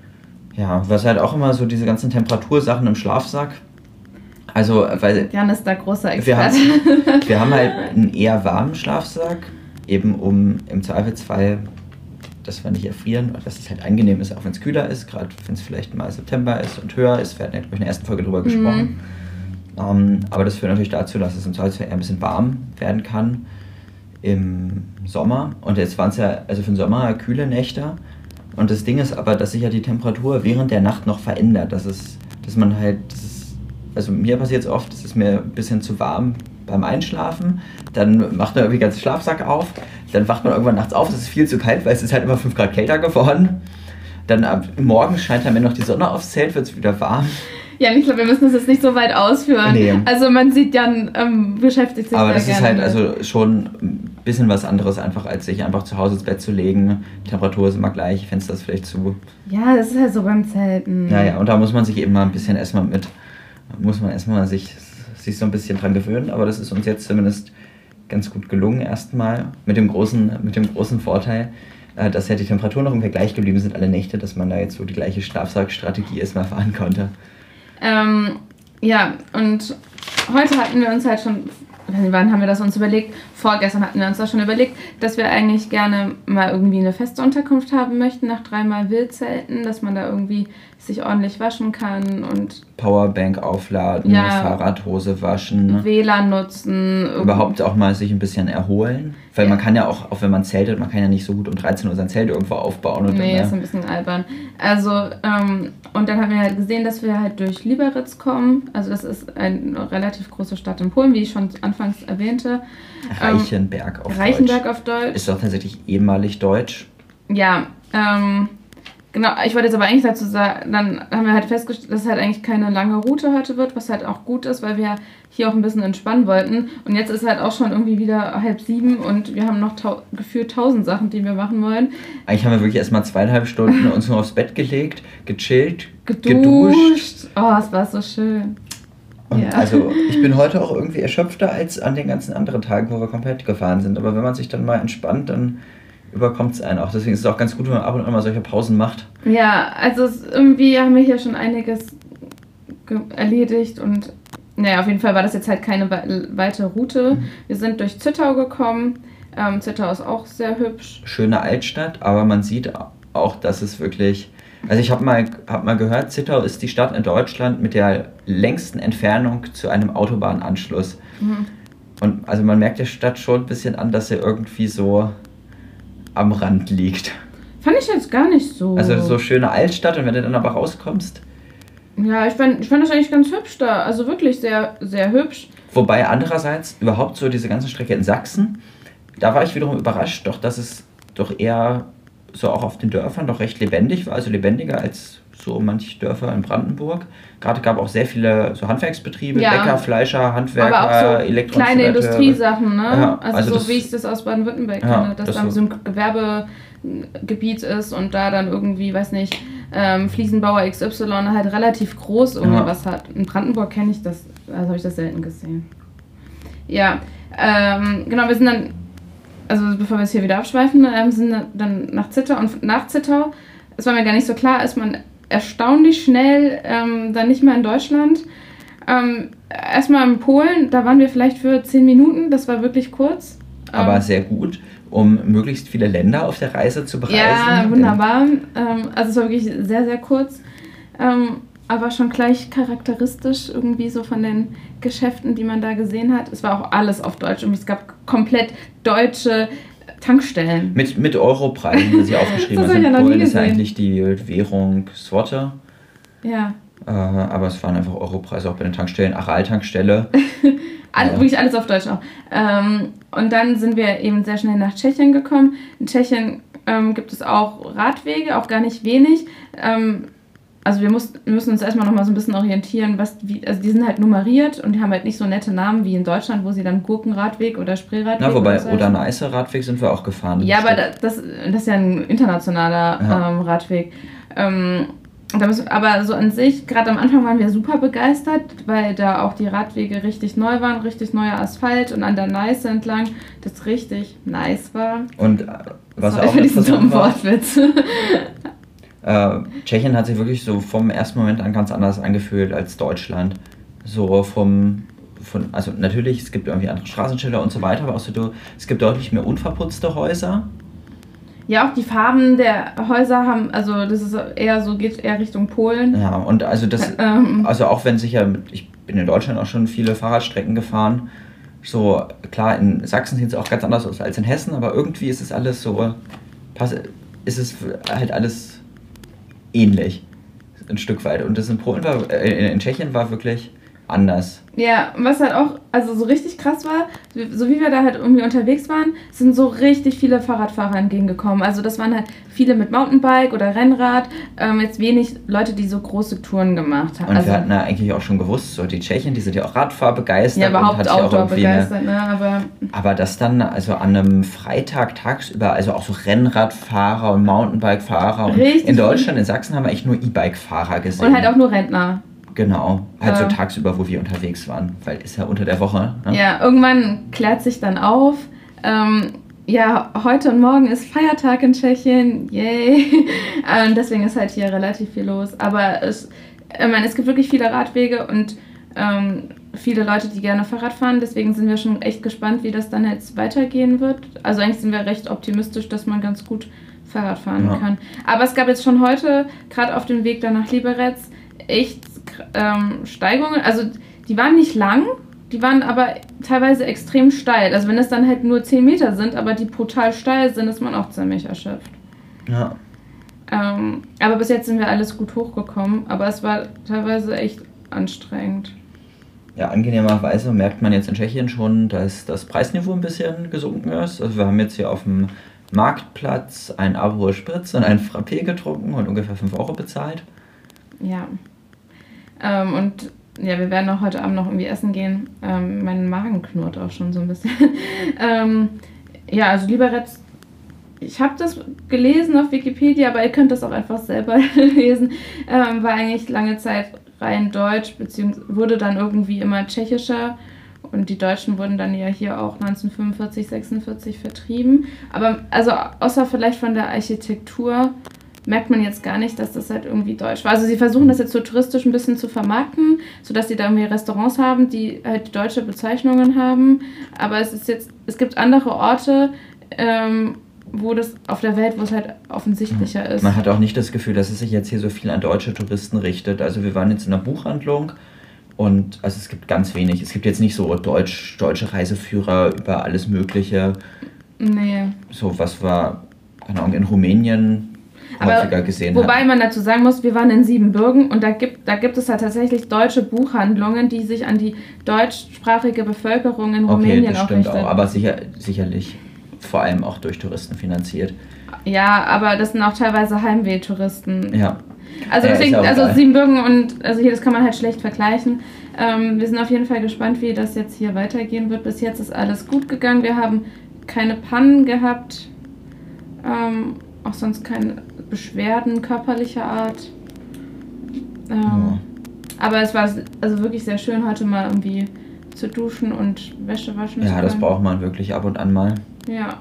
Speaker 1: Ja, was halt auch immer so diese ganzen Temperatursachen im Schlafsack. Also, weil
Speaker 2: Jan ist da großer Experte.
Speaker 1: Wir haben, wir haben halt einen eher warmen Schlafsack, eben um im Zweifelsfall, dass wir nicht erfrieren, dass es halt angenehm ist, auch wenn es kühler ist, gerade wenn es vielleicht mal September ist und höher ist. Wir hatten ja, glaube ich, in der ersten Folge drüber gesprochen. Mhm. Um, aber das führt natürlich dazu, dass es im Zweifelsfall eher ein bisschen warm werden kann im Sommer. Und jetzt waren es ja, also für den Sommer kühle Nächte. Und das Ding ist aber, dass sich ja die Temperatur während der Nacht noch verändert. Das ist, dass man halt, das ist, also mir passiert es oft, es ist mir ein bisschen zu warm beim Einschlafen. Dann macht man irgendwie ganz Schlafsack auf. Dann wacht man irgendwann nachts auf, es ist viel zu kalt, weil es ist halt immer fünf Grad kälter geworden. Dann ab morgens scheint dann, wenn noch die Sonne aufs Zelt, wird es wieder warm.
Speaker 2: Ja, ich glaube, wir müssen das jetzt nicht so weit ausführen. Nee. Also man sieht, Jan ähm, beschäftigt sich
Speaker 1: aber
Speaker 2: da gerne.
Speaker 1: Aber das ist halt also schon ein bisschen was anderes, einfach als sich einfach zu Hause ins Bett zu legen. Die Temperatur ist immer gleich, Fenster ist vielleicht zu.
Speaker 2: Ja, das ist halt so beim Zelten.
Speaker 1: Naja, und da muss man sich eben mal ein bisschen erstmal mit, muss man erstmal sich, sich so ein bisschen dran gewöhnen. Aber das ist uns jetzt zumindest ganz gut gelungen erstmal. Mit dem großen, mit dem großen Vorteil, dass ja die Temperaturen noch ungefähr gleich geblieben sind alle Nächte, dass man da jetzt so die gleiche Schlafsackstrategie erstmal fahren konnte.
Speaker 2: Ähm, Ja, und heute hatten wir uns halt schon, wann haben wir das uns überlegt? Vorgestern hatten wir uns das schon überlegt, dass wir eigentlich gerne mal irgendwie eine feste Unterkunft haben möchten nach dreimal Wildzelten, dass man da irgendwie sich ordentlich waschen kann und
Speaker 1: Powerbank aufladen,
Speaker 2: Ja.
Speaker 1: Fahrradhose waschen,
Speaker 2: W L A N nutzen. irgendwie-
Speaker 1: überhaupt auch mal sich ein bisschen erholen. Weil
Speaker 2: Ja.
Speaker 1: man kann ja auch, auch wenn man zeltet, man kann ja nicht so gut um dreizehn Uhr sein Zelt irgendwo aufbauen. Und
Speaker 2: Nee,
Speaker 1: dann,
Speaker 2: ist
Speaker 1: ne?
Speaker 2: ein bisschen albern. Also, ähm, und dann haben wir halt gesehen, dass wir halt durch Liberec kommen. Also das ist eine relativ große Stadt in Polen, wie ich schon anfangs erwähnte.
Speaker 1: Reichenberg auf
Speaker 2: Reichenberg
Speaker 1: Deutsch.
Speaker 2: auf Deutsch.
Speaker 1: Ist doch tatsächlich ehemalig deutsch.
Speaker 2: Ja, ähm, genau, ich wollte jetzt aber eigentlich dazu sagen, dann haben wir halt festgestellt, dass es halt eigentlich keine lange Route heute wird, was halt auch gut ist, weil wir hier auch ein bisschen entspannen wollten. Und jetzt ist halt auch schon irgendwie wieder halb sieben und wir haben noch tau- gefühlt tausend Sachen, die wir machen wollen.
Speaker 1: Eigentlich haben wir wirklich erstmal zweieinhalb Stunden uns nur aufs Bett gelegt, gechillt,
Speaker 2: Geduscht.
Speaker 1: geduscht.
Speaker 2: Oh, es war so schön.
Speaker 1: Und
Speaker 2: Ja.
Speaker 1: also ich bin heute auch irgendwie erschöpfter als an den ganzen anderen Tagen, wo wir komplett gefahren sind. Aber wenn man sich dann mal entspannt, dann überkommt es einen auch. Deswegen ist es auch ganz gut, wenn man ab und an mal solche Pausen macht.
Speaker 2: Ja, also es, irgendwie haben wir hier schon einiges ge- erledigt und naja, auf jeden Fall war das jetzt halt keine wei- weite Route. Wir sind durch Zittau gekommen. Ähm, Zittau ist auch sehr hübsch.
Speaker 1: Schöne Altstadt, aber man sieht auch, dass es wirklich... Also ich habe mal, hab mal gehört, Zittau ist die Stadt in Deutschland mit der längsten Entfernung zu einem Autobahnanschluss.
Speaker 2: Mhm.
Speaker 1: Und also man merkt der Stadt schon ein bisschen an, dass sie irgendwie so am Rand liegt.
Speaker 2: Fand ich jetzt gar nicht so.
Speaker 1: Also so schöne Altstadt und wenn du dann aber rauskommst.
Speaker 2: Ja, ich fand, ich fand das eigentlich ganz hübsch da. Also wirklich sehr, sehr hübsch.
Speaker 1: Wobei andererseits überhaupt so diese ganze Strecke in Sachsen, da war ich wiederum überrascht, doch dass es doch eher so auch auf den Dörfern doch recht lebendig war, also lebendiger als so manche Dörfer in Brandenburg. Gerade gab auch sehr viele so Handwerksbetriebe,
Speaker 2: Ja.
Speaker 1: Bäcker, Fleischer, Handwerker,
Speaker 2: Aber auch so kleine
Speaker 1: Elektroinstallateure.
Speaker 2: Industriesachen, ne?
Speaker 1: Ja,
Speaker 2: also,
Speaker 1: also
Speaker 2: so
Speaker 1: das-
Speaker 2: wie ich das aus Baden-Württemberg
Speaker 1: Ja,
Speaker 2: kenne, dass
Speaker 1: das
Speaker 2: da
Speaker 1: so-
Speaker 2: so ein Gewerbegebiet ist und da dann irgendwie, weiß nicht, ähm, Fliesenbauer X Y halt relativ groß irgendwas hat. In Brandenburg kenne ich das, also habe ich das selten gesehen. Ja, ähm, genau, wir sind dann, also bevor wir jetzt hier wieder abschweifen, ähm, sind dann nach Zittau und nach Zittau, es war mir gar nicht so klar, ist man erstaunlich schnell ähm, dann nicht mehr in Deutschland. Ähm, erstmal in Polen, da waren wir vielleicht für zehn Minuten, das war wirklich kurz.
Speaker 1: Aber
Speaker 2: Ähm,
Speaker 1: sehr gut, um möglichst viele Länder auf der Reise zu bereisen.
Speaker 2: ja,
Speaker 1: Denn-
Speaker 2: wunderbar. Ähm, also es war wirklich sehr, sehr kurz. Ähm, aber schon gleich charakteristisch irgendwie so von den Geschäften, die man da gesehen hat. Es war auch alles auf Deutsch und es gab komplett deutsche Tankstellen.
Speaker 1: Mit, mit Europreisen, die sie aufgeschrieben
Speaker 2: Das
Speaker 1: haben.
Speaker 2: hab ich ja noch
Speaker 1: Polen
Speaker 2: nie
Speaker 1: ist ja
Speaker 2: gesehen.
Speaker 1: eigentlich die Währung Złoty.
Speaker 2: Ja.
Speaker 1: Äh, aber es waren einfach Europreise auch bei den Tankstellen. Aral-Tankstelle.
Speaker 2: All,
Speaker 1: Ja.
Speaker 2: Wirklich alles auf Deutsch auch. Ähm, und dann sind wir eben sehr schnell nach Tschechien gekommen. In Tschechien ähm, gibt es auch Radwege, auch gar nicht wenig. Ähm, also wir, mussten, wir müssen uns erstmal nochmal so ein bisschen orientieren, was, wie, also die sind halt nummeriert und die haben halt nicht so nette Namen wie in Deutschland, wo sie dann Gurkenradweg oder Spreeradweg
Speaker 1: Na, wobei,
Speaker 2: oder so
Speaker 1: oder
Speaker 2: heißen.
Speaker 1: Neiße Radweg sind wir auch gefahren.
Speaker 2: Ja, aber
Speaker 1: Stück.
Speaker 2: das, das ist ja ein internationaler
Speaker 1: Ja.
Speaker 2: ähm, Radweg. Ähm, da müssen, aber so an sich, gerade am Anfang waren wir super begeistert, weil da auch die Radwege richtig neu waren, richtig neuer Asphalt und an der Neiße entlang, das richtig nice war.
Speaker 1: Und äh, was
Speaker 2: Sorry
Speaker 1: auch
Speaker 2: für diesen dummen
Speaker 1: interessant war,
Speaker 2: Wortwitz.
Speaker 1: äh, Tschechien hat sich wirklich so vom ersten Moment an ganz anders angefühlt als Deutschland. So vom, von, also natürlich, es gibt irgendwie andere Straßenschilder und so weiter, aber auch so, du, es gibt deutlich mehr unverputzte Häuser.
Speaker 2: Ja, auch die Farben der Häuser haben, also das ist eher so, geht eher Richtung Polen.
Speaker 1: Ja, und also das,
Speaker 2: Ähm.
Speaker 1: also auch wenn sich ja, mit, ich bin in Deutschland auch schon viele Fahrradstrecken gefahren, so klar, in Sachsen sieht es auch ganz anders aus als in Hessen, aber irgendwie ist es alles so, pass, ist es halt alles ähnlich, ein Stück weit. Und das in Polen war, äh, in Tschechien war wirklich anders.
Speaker 2: Ja, und was halt auch, also so richtig krass war, so wie wir da halt irgendwie unterwegs waren, sind so richtig viele Fahrradfahrer entgegengekommen. Also das waren halt viele mit Mountainbike oder Rennrad, ähm, jetzt wenig Leute, die so große Touren gemacht haben.
Speaker 1: Und
Speaker 2: Also,
Speaker 1: wir hatten ja eigentlich auch schon gewusst, so die Tschechen, die sind ja auch Radfahrbegeistert.
Speaker 2: ja,
Speaker 1: und
Speaker 2: überhaupt
Speaker 1: hat sich auch
Speaker 2: Outdoor
Speaker 1: irgendwie eine-
Speaker 2: begeistert, ne? Aber
Speaker 1: Aber das dann, also an einem Freitag tagsüber, also auch so Rennradfahrer und Mountainbike-Fahrer. Und
Speaker 2: Richtig.
Speaker 1: in Deutschland, in Sachsen haben wir echt nur E-Bike-Fahrer gesehen.
Speaker 2: und halt auch nur Rentner.
Speaker 1: Genau, halt so
Speaker 2: Ähm.
Speaker 1: tagsüber, wo wir unterwegs waren, weil ist ja unter der Woche. Ne?
Speaker 2: Ja, irgendwann klärt sich dann auf. Ähm, ja, heute und morgen ist Feiertag in Tschechien. Yay. ähm, deswegen ist halt hier relativ viel los. Aber es, ich meine, es gibt wirklich viele Radwege und ähm, viele Leute, die gerne Fahrrad fahren. Deswegen sind wir schon echt gespannt, wie das dann jetzt weitergehen wird. Also eigentlich sind wir recht optimistisch, dass man ganz gut Fahrrad fahren ja. kann. Aber es gab jetzt schon heute, gerade auf dem Weg dann nach Liberec, echt ähm, Steigungen. Also die waren nicht lang, die waren aber teilweise extrem steil. Also wenn es dann halt nur zehn Meter sind, aber die brutal steil sind, ist man auch ziemlich erschöpft.
Speaker 1: Ja.
Speaker 2: Ähm, aber bis jetzt sind wir alles gut hochgekommen. Aber es war teilweise echt anstrengend.
Speaker 1: Ja, angenehmerweise merkt man jetzt in Tschechien schon, dass das Preisniveau ein bisschen gesunken ist. Also wir haben jetzt hier auf dem Marktplatz ein Aperol Spritz und ein Frappé getrunken und ungefähr fünf Euro bezahlt.
Speaker 2: Ja. Ähm, und ja, wir werden auch heute Abend noch irgendwie essen gehen. Ähm, mein Magen knurrt auch schon so ein bisschen. ähm, ja, also Liberec, ich habe das gelesen auf Wikipedia, aber ihr könnt das auch einfach selber lesen. Ähm, war eigentlich lange Zeit rein deutsch, beziehungsweise wurde dann irgendwie immer tschechischer. Und die Deutschen wurden dann ja hier auch neunzehnhundertfünfundvierzig, sechsundvierzig vertrieben. Aber also außer vielleicht von der Architektur merkt man jetzt gar nicht, dass das halt irgendwie deutsch war. Also sie versuchen das jetzt so touristisch ein bisschen zu vermarkten, sodass sie da irgendwie Restaurants haben, die halt deutsche Bezeichnungen haben. Aber es ist jetzt, es gibt andere Orte, ähm, wo das auf der Welt, wo es halt offensichtlicher ist.
Speaker 1: Man hat auch nicht das Gefühl, dass es sich jetzt hier so viel an deutsche Touristen richtet. Also wir waren jetzt in einer Buchhandlung und also es gibt ganz wenig. Es gibt jetzt nicht so Deutsch, deutsche Reiseführer über alles Mögliche.
Speaker 2: Nee.
Speaker 1: So was wir, keine Ahnung, in Rumänien häufiger
Speaker 2: Aber
Speaker 1: gesehen
Speaker 2: wobei
Speaker 1: haben.
Speaker 2: man dazu sagen muss, wir waren in Siebenbürgen und da gibt, da gibt es halt tatsächlich deutsche Buchhandlungen, die sich an die deutschsprachige Bevölkerung in Rumänien
Speaker 1: okay, das
Speaker 2: auch
Speaker 1: stimmt
Speaker 2: richten.
Speaker 1: auch, aber sicher, sicherlich vor allem auch durch Touristen finanziert.
Speaker 2: Ja, aber das sind auch teilweise Heimweh-Touristen.
Speaker 1: Ja.
Speaker 2: Also
Speaker 1: Ja,
Speaker 2: deswegen,
Speaker 1: ist auch
Speaker 2: also
Speaker 1: geil.
Speaker 2: Siebenbürgen und, also hier, das kann man halt schlecht vergleichen. Ähm, wir sind auf jeden Fall gespannt, wie das jetzt hier weitergehen wird. Bis jetzt ist alles gut gegangen. Wir haben keine Pannen gehabt. Ähm, auch sonst keine Beschwerden körperlicher Art. Ähm,
Speaker 1: Ja.
Speaker 2: Aber es war also wirklich sehr schön, heute mal irgendwie zu duschen und Wäsche waschen zu
Speaker 1: Ja,
Speaker 2: können.
Speaker 1: das braucht man wirklich ab und an mal.
Speaker 2: Ja.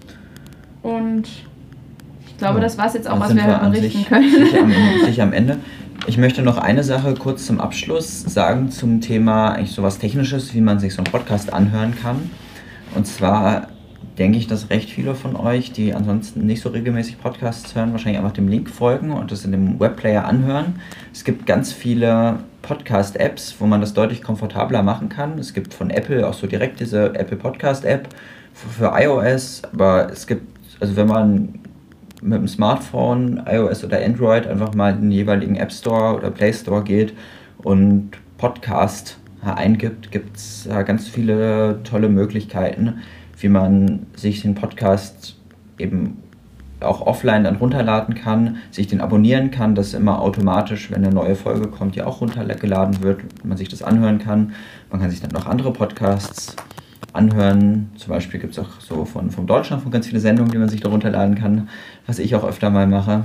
Speaker 2: Und ich glaube,
Speaker 1: Ja.
Speaker 2: das war es jetzt auch,
Speaker 1: Dann
Speaker 2: was
Speaker 1: sind
Speaker 2: wir,
Speaker 1: wir an
Speaker 2: berichten
Speaker 1: sich,
Speaker 2: können.
Speaker 1: sich, am, sich am Ende. Ich möchte noch eine Sache kurz zum Abschluss sagen zum Thema eigentlich sowas Technisches, wie man sich so einen Podcast anhören kann. Und zwar denke ich, dass recht viele von euch, die ansonsten nicht so regelmäßig Podcasts hören, wahrscheinlich einfach dem Link folgen und das in dem Webplayer anhören. Es gibt ganz viele Podcast-Apps, wo man das deutlich komfortabler machen kann. Es gibt von Apple auch so direkt diese Apple Podcast-App für, für iOS, aber es gibt, also wenn man mit dem Smartphone, iOS oder Android, einfach mal in den jeweiligen App Store oder Play Store geht und Podcast eingibt, gibt es ganz viele tolle Möglichkeiten, wie man sich den Podcast eben auch offline dann runterladen kann, sich den abonnieren kann, dass immer automatisch, wenn eine neue Folge kommt, die auch runtergeladen wird, man sich das anhören kann. Man kann sich dann noch andere Podcasts anhören. Zum Beispiel gibt es auch so von, vom Deutschlandfunk ganz viele Sendungen, die man sich da runterladen kann, was ich auch öfter mal mache.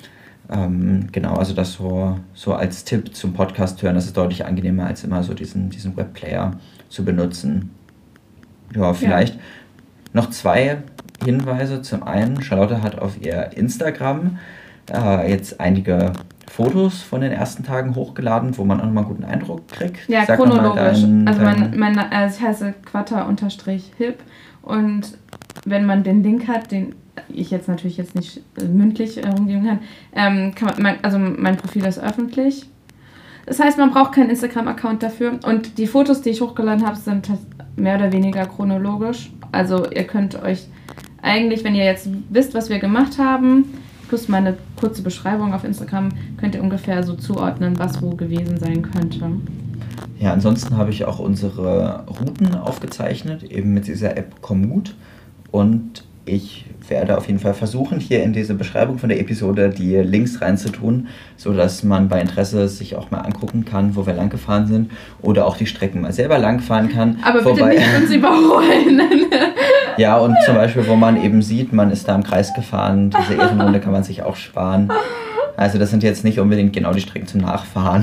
Speaker 1: Ähm, genau, also das so, so als Tipp zum Podcast hören, das ist deutlich angenehmer, als immer so diesen, diesen Webplayer zu benutzen. Ja, vielleicht ja. noch zwei Hinweise. Zum einen, Charlotte hat auf ihr Instagram äh, jetzt einige Fotos von den ersten Tagen hochgeladen, wo man auch nochmal einen guten Eindruck kriegt.
Speaker 2: Ja,
Speaker 1: Sag
Speaker 2: chronologisch.
Speaker 1: Dein,
Speaker 2: also
Speaker 1: dein
Speaker 2: mein, mein, also ich heiße quatter-hip und wenn man den Link hat, den ich jetzt natürlich jetzt nicht äh, mündlich herumgeben kann, ähm, kann man, mein, also mein Profil ist öffentlich. Das heißt, man braucht keinen Instagram-Account dafür und die Fotos, die ich hochgeladen habe, sind mehr oder weniger chronologisch. Also ihr könnt euch eigentlich, wenn ihr jetzt wisst, was wir gemacht haben, plus meine kurze Beschreibung auf Instagram, könnt ihr ungefähr so zuordnen, was wo gewesen sein könnte.
Speaker 1: Ja, ansonsten habe ich auch unsere Routen aufgezeichnet, eben mit dieser App Komoot. Und ich werde auf jeden Fall versuchen, hier in diese Beschreibung von der Episode die Links reinzutun, sodass man bei Interesse sich auch mal angucken kann, wo wir lang gefahren sind oder auch die Strecken mal selber lang fahren kann.
Speaker 2: Aber bitte
Speaker 1: Wobei,
Speaker 2: nicht uns überholen.
Speaker 1: ja, und zum Beispiel, wo man eben sieht, man ist da im Kreis gefahren, diese Ehrenrunde kann man sich auch sparen. Also das sind jetzt nicht unbedingt genau die Strecken zum Nachfahren.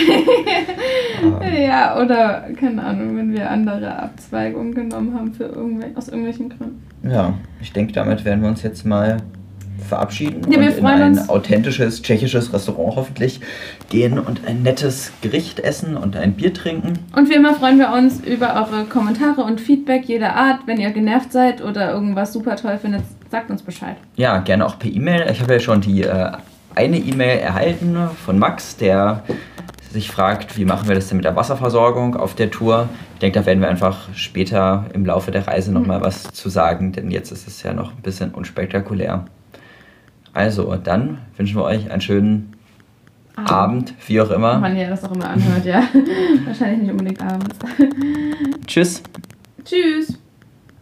Speaker 2: Ja, oder, keine Ahnung, wenn wir andere Abzweigungen genommen haben für irgendwel- aus irgendwelchen Gründen.
Speaker 1: Ja, ich denke, damit werden wir uns jetzt mal verabschieden
Speaker 2: Ja, wir
Speaker 1: und in
Speaker 2: freuen
Speaker 1: ein
Speaker 2: uns.
Speaker 1: authentisches tschechisches Restaurant hoffentlich gehen und ein nettes Gericht essen und ein Bier trinken.
Speaker 2: Und wie immer freuen wir uns über eure Kommentare und Feedback jeder Art. Wenn ihr genervt seid oder irgendwas super toll findet, sagt uns Bescheid.
Speaker 1: Ja, gerne auch per E-Mail. Ich habe ja schon die äh, eine E-Mail erhalten von Max, der sich fragt, wie machen wir das denn mit der Wasserversorgung auf der Tour. Ich denke, da werden wir einfach später im Laufe der Reise nochmal mhm. was zu sagen, denn jetzt ist es ja noch ein bisschen unspektakulär. Also, dann wünschen wir euch einen schönen Abend, Abend wie auch immer.
Speaker 2: Wenn ihr das auch immer anhört, ja. Wahrscheinlich nicht unbedingt abends.
Speaker 1: Tschüss.
Speaker 2: Tschüss.